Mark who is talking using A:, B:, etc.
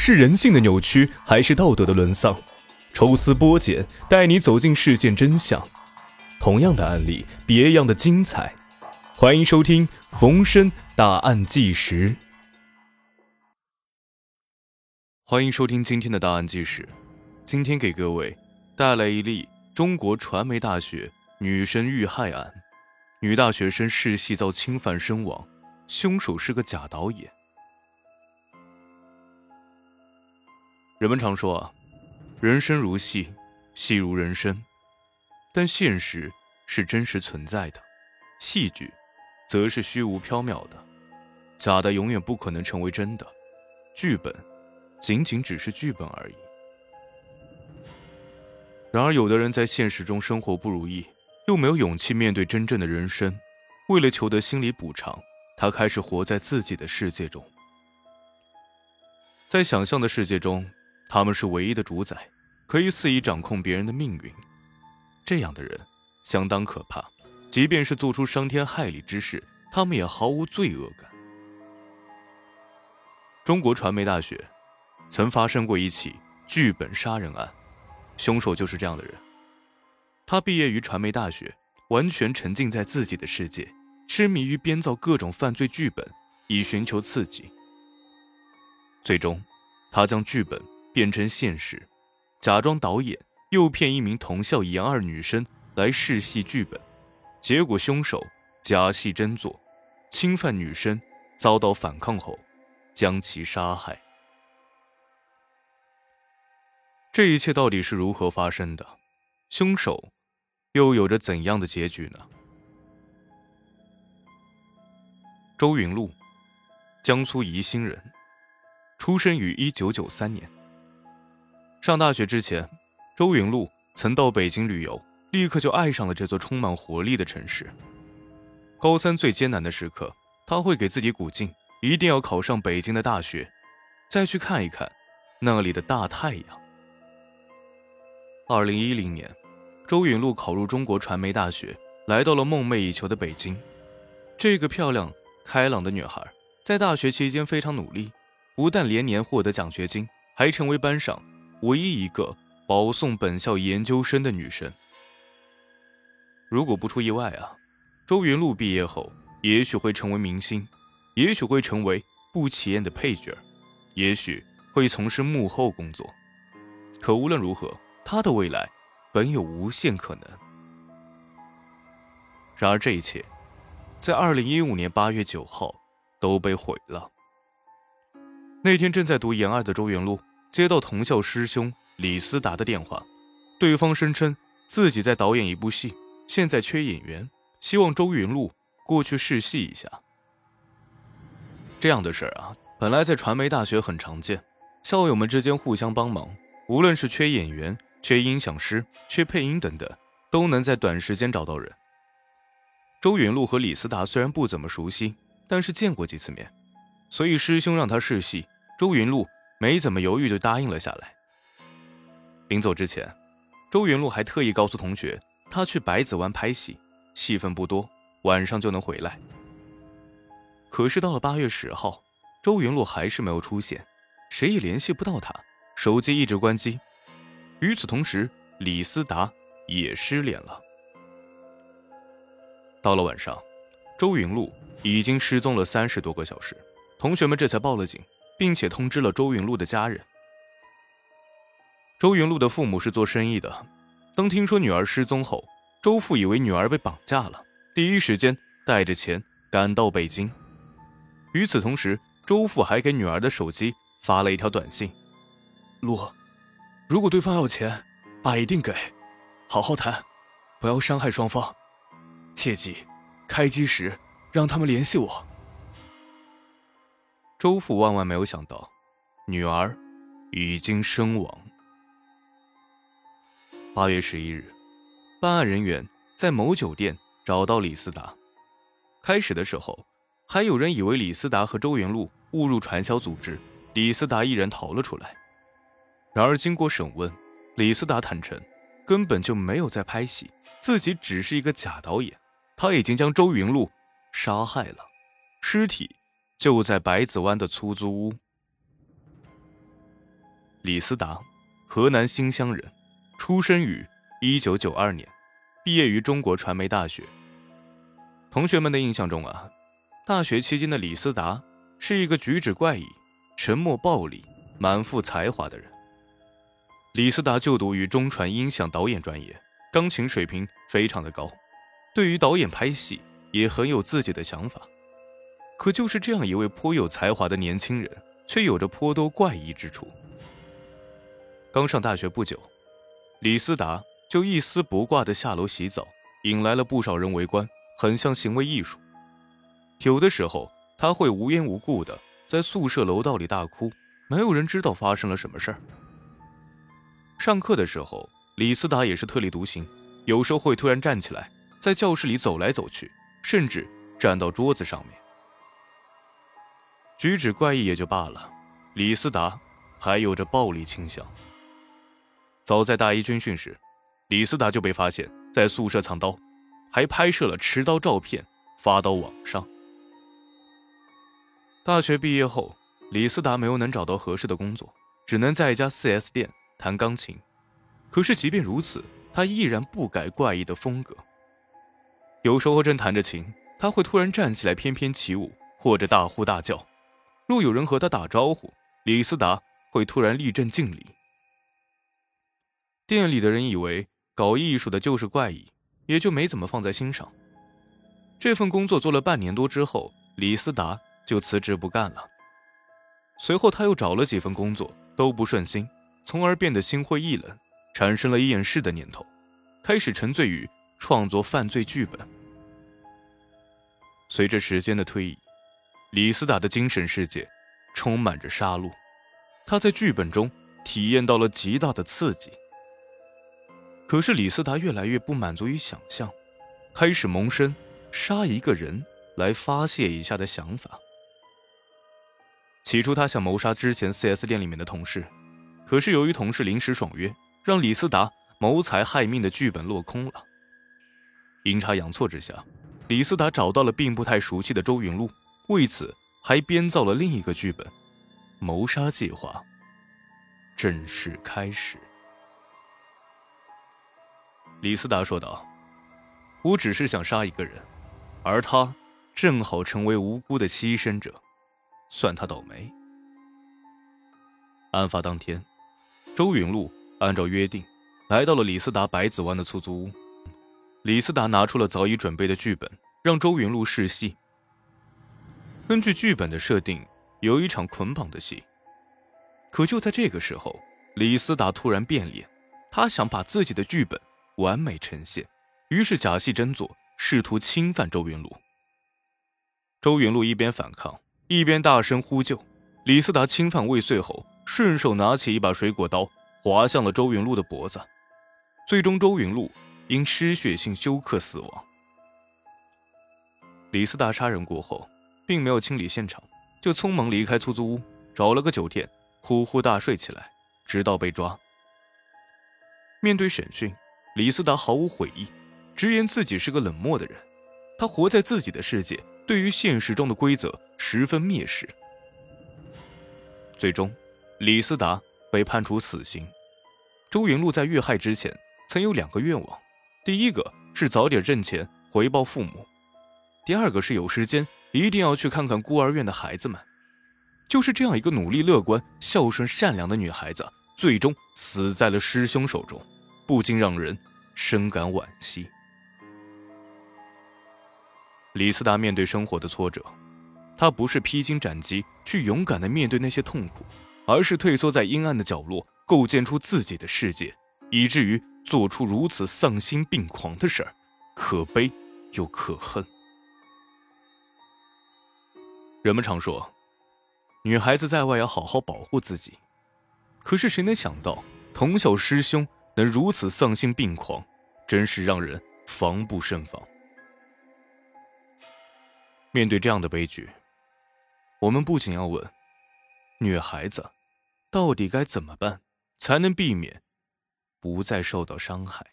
A: 是人性的扭曲，还是道德的沦丧？抽丝剥茧，带你走进事件真相。同样的案例，别样的精彩。欢迎收听冯生大案纪实。欢迎收听今天的大案纪实。今天给各位带来一例中国传媒大学女生遇害案。女大学生试戏遭侵犯身亡，凶手是个假导演。人们常说人生如戏，戏如人生，但现实是真实存在的，戏剧则是虚无缥缈的，假的永远不可能成为真的，剧本仅仅只是剧本而已。然而有的人在现实中生活不如意，又没有勇气面对真正的人生，为了求得心理补偿，他开始活在自己的世界中。在想象的世界中，他们是唯一的主宰，可以肆意掌控别人的命运。这样的人相当可怕，即便是做出伤天害理之事，他们也毫无罪恶感。中国传媒大学曾发生过一起剧本杀人案，凶手就是这样的人。他毕业于传媒大学，完全沉浸在自己的世界，痴迷于编造各种犯罪剧本，以寻求刺激。最终，他将剧本变成现实，假装导演，诱骗一名同校研二女生来试戏剧本，结果凶手假戏真做，侵犯女生，遭到反抗后将其杀害。这一切到底是如何发生的？凶手又有着怎样的结局呢？周云路，江苏宜兴人，出生于1993年。上大学之前，周云路曾到北京旅游，立刻就爱上了这座充满活力的城市。高三最艰难的时刻，他会给自己鼓劲，一定要考上北京的大学，再去看一看那里的大太阳。2010年，周云路考入中国传媒大学，来到了梦寐以求的北京。这个漂亮开朗的女孩在大学期间非常努力，不但连年获得奖学金，还成为班上唯一一个保送本校研究生的女生。如果不出意外周云路毕业后也许会成为明星，也许会成为不起眼的配角，也许会从事幕后工作。可无论如何，她的未来本有无限可能。然而这一切在2015年8月9号都被毁了。那天正在读研二的周云路接到同校师兄李思达的电话，对方声称自己在导演一部戏，现在缺演员，希望周云路过去试戏一下。这样的事本来在传媒大学很常见，校友们之间互相帮忙，无论是缺演员、缺音响师、缺配音等等，都能在短时间找到人。周云路和李思达虽然不怎么熟悉，但是见过几次面，所以师兄让他试戏，周云路没怎么犹豫就答应了下来。临走之前，周云路还特意告诉同学，他去百子湾拍戏，戏份不多，晚上就能回来。可是到了8月10号，周云路还是没有出现，谁也联系不到他，手机一直关机。与此同时，李思达也失联了。到了晚上，周云路已经失踪了30多个小时，同学们这才报了警，并且通知了周云路的家人。周云路的父母是做生意的，当听说女儿失踪后，周父以为女儿被绑架了，第一时间带着钱赶到北京。与此同时，周父还给女儿的手机发了一条短信：路，如果对方要钱，爸一定给，好好谈，不要伤害双方，切记开机时让他们联系我。周父万万没有想到，女儿已经身亡。8月11日，办案人员在某酒店找到李思达。开始的时候，还有人以为李思达和周云路误入传销组织，李思达一人逃了出来。然而经过审问，李思达坦诚根本就没有在拍戏，自己只是一个假导演，他已经将周云路杀害了，尸体就在百子湾的出租屋。 李思达，河南新乡人，出生于1992年，毕业于中国传媒大学。同学们的印象中大学期间的李思达是一个举止怪异、沉默暴戾、满腹才华的人。李思达就读于中传音响导演专业，钢琴水平非常的高，对于导演拍戏也很有自己的想法。可就是这样一位颇有才华的年轻人，却有着颇多怪异之处。刚上大学不久，李思达就一丝不挂地下楼洗澡，引来了不少人围观，很像行为艺术。有的时候他会无缘无故地在宿舍楼道里大哭，没有人知道发生了什么事儿。上课的时候，李思达也是特立独行，有时候会突然站起来，在教室里走来走去，甚至站到桌子上面。举止怪异也就罢了，李思达还有着暴力倾向。早在大一军训时，李思达就被发现在宿舍藏刀，还拍摄了持刀照片发到网上。大学毕业后，李思达没有能找到合适的工作，只能在一家 4S 店弹钢琴。可是即便如此，他依然不改怪异的风格。有时候正弹着琴，他会突然站起来翩翩起舞，或者大呼大叫。若有人和他打招呼，李思达会突然立正敬礼。店里的人以为搞艺术的就是怪异，也就没怎么放在心上。这份工作做了半年多之后，李思达就辞职不干了。随后他又找了几份工作，都不顺心，从而变得心灰意冷，产生了厌世的念头，开始沉醉于创作犯罪剧本。随着时间的推移，李思达的精神世界充满着杀戮，他在剧本中体验到了极大的刺激。可是李思达越来越不满足于想象，开始萌生杀一个人来发泄一下的想法。起初他想谋杀之前 4S 店里面的同事，可是由于同事临时爽约，让李思达谋财害命的剧本落空了。阴差阳错之下，李思达找到了并不太熟悉的周云路，为此还编造了另一个剧本，谋杀计划正式开始。李思达说道：“我只是想杀一个人，而他正好成为无辜的牺牲者，算他倒霉。”案发当天，周云路按照约定来到了李思达百子湾的出租屋。李思达拿出了早已准备的剧本，让周云路试戏。根据剧本的设定，有一场捆绑的戏。可就在这个时候，李思达突然变脸，他想把自己的剧本完美呈现，于是假戏真做，试图侵犯周云路。周云路一边反抗，一边大声呼救。李思达侵犯未遂后，顺手拿起一把水果刀，划向了周云路的脖子。最终周云路因失血性休克死亡。李思达杀人过后，并没有清理现场，就匆忙离开出租屋，找了个酒店呼呼大睡起来，直到被抓。面对审讯，李思达毫无悔意，直言自己是个冷漠的人，他活在自己的世界，对于现实中的规则十分蔑视。最终，李思达被判处死刑。周云路在遇害之前曾有2个愿望，第一个是早点挣钱回报父母，第二个是有时间一定要去看看孤儿院的孩子们。就是这样一个努力乐观、孝顺善良的女孩子，最终死在了师兄手中，不禁让人深感惋惜。李思达面对生活的挫折，他不是披荆斩棘去勇敢地面对那些痛苦，而是退缩在阴暗的角落，构建出自己的世界，以至于做出如此丧心病狂的事儿，可悲又可恨。人们常说，女孩子在外要好好保护自己，可是谁能想到同校师兄能如此丧心病狂，真是让人防不胜防。面对这样的悲剧，我们不仅要问女孩子到底该怎么办才能避免不再受到伤害。